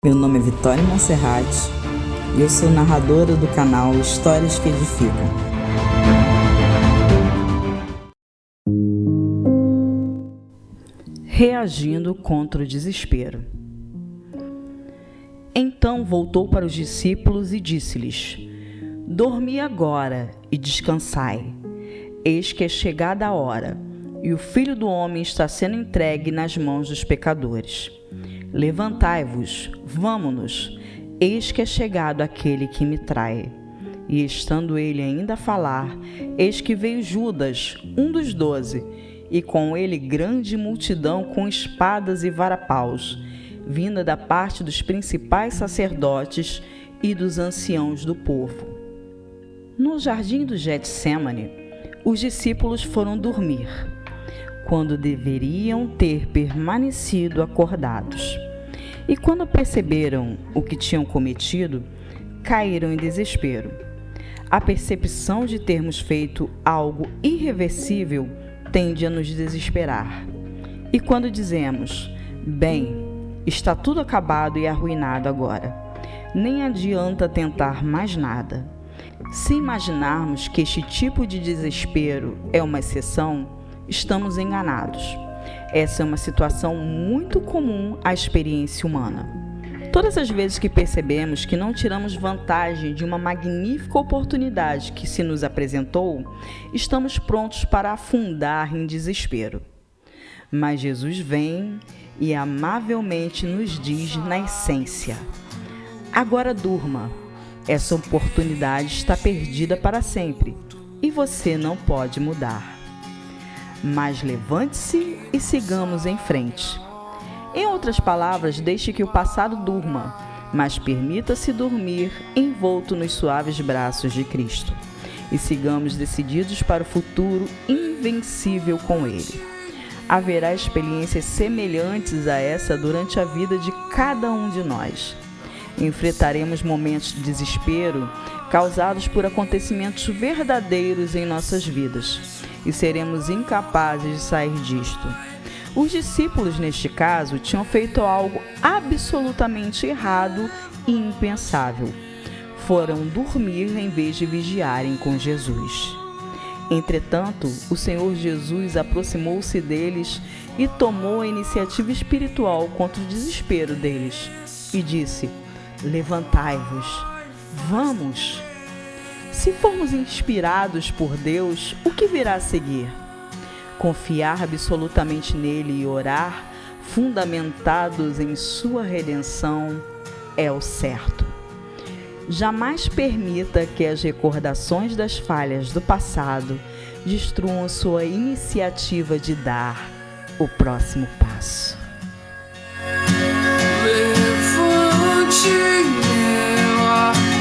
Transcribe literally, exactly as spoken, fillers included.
Meu nome é Vitória Monserrat e eu sou narradora do canal Histórias que Edificam. Reagindo contra o desespero. Então voltou para os discípulos e disse-lhes: Dormi agora e descansai. Eis que é chegada a hora, e o Filho do Homem está sendo entregue nas mãos dos pecadores. Levantai-vos, vamo-nos, eis que é chegado aquele que me trai. E estando ele ainda a falar, eis que veio Judas, um dos doze, e com ele grande multidão com espadas e varapaus, vinda da parte dos principais sacerdotes e dos anciãos do povo. No jardim do Getsêmani, os discípulos foram dormir, quando deveriam ter permanecido acordados. E quando perceberam o que tinham cometido, caíram em desespero. A percepção de termos feito algo irreversível tende a nos desesperar. E quando dizemos, bem, está tudo acabado e arruinado agora, nem adianta tentar mais nada. Se imaginarmos que este tipo de desespero é uma exceção, estamos enganados. Essa é uma situação muito comum à experiência humana. Todas as vezes que percebemos que não tiramos vantagem de uma magnífica oportunidade que se nos apresentou, estamos prontos para afundar em desespero. Mas Jesus vem e amavelmente nos diz na essência: agora durma, essa oportunidade está perdida para sempre e você não pode mudar. Mas levante-se e sigamos em frente. Em outras palavras, deixe que o passado durma, mas permita-se dormir envolto nos suaves braços de Cristo. E sigamos decididos para o futuro invencível com Ele. Haverá experiências semelhantes a essa durante a vida de cada um de nós. Enfrentaremos momentos de desespero causados por acontecimentos verdadeiros em nossas vidas e seremos incapazes de sair disto. Os discípulos, neste caso, tinham feito algo absolutamente errado e impensável. Foram dormir em vez de vigiarem com Jesus. Entretanto, o Senhor Jesus aproximou-se deles e tomou a iniciativa espiritual contra o desespero deles e disse: levantai-vos, vamos! Se formos inspirados por Deus, o que virá a seguir? Confiar absolutamente nele e orar, fundamentados em sua redenção, é o certo. Jamais permita que as recordações das falhas do passado destruam sua iniciativa de dar o próximo passo. Levante, meu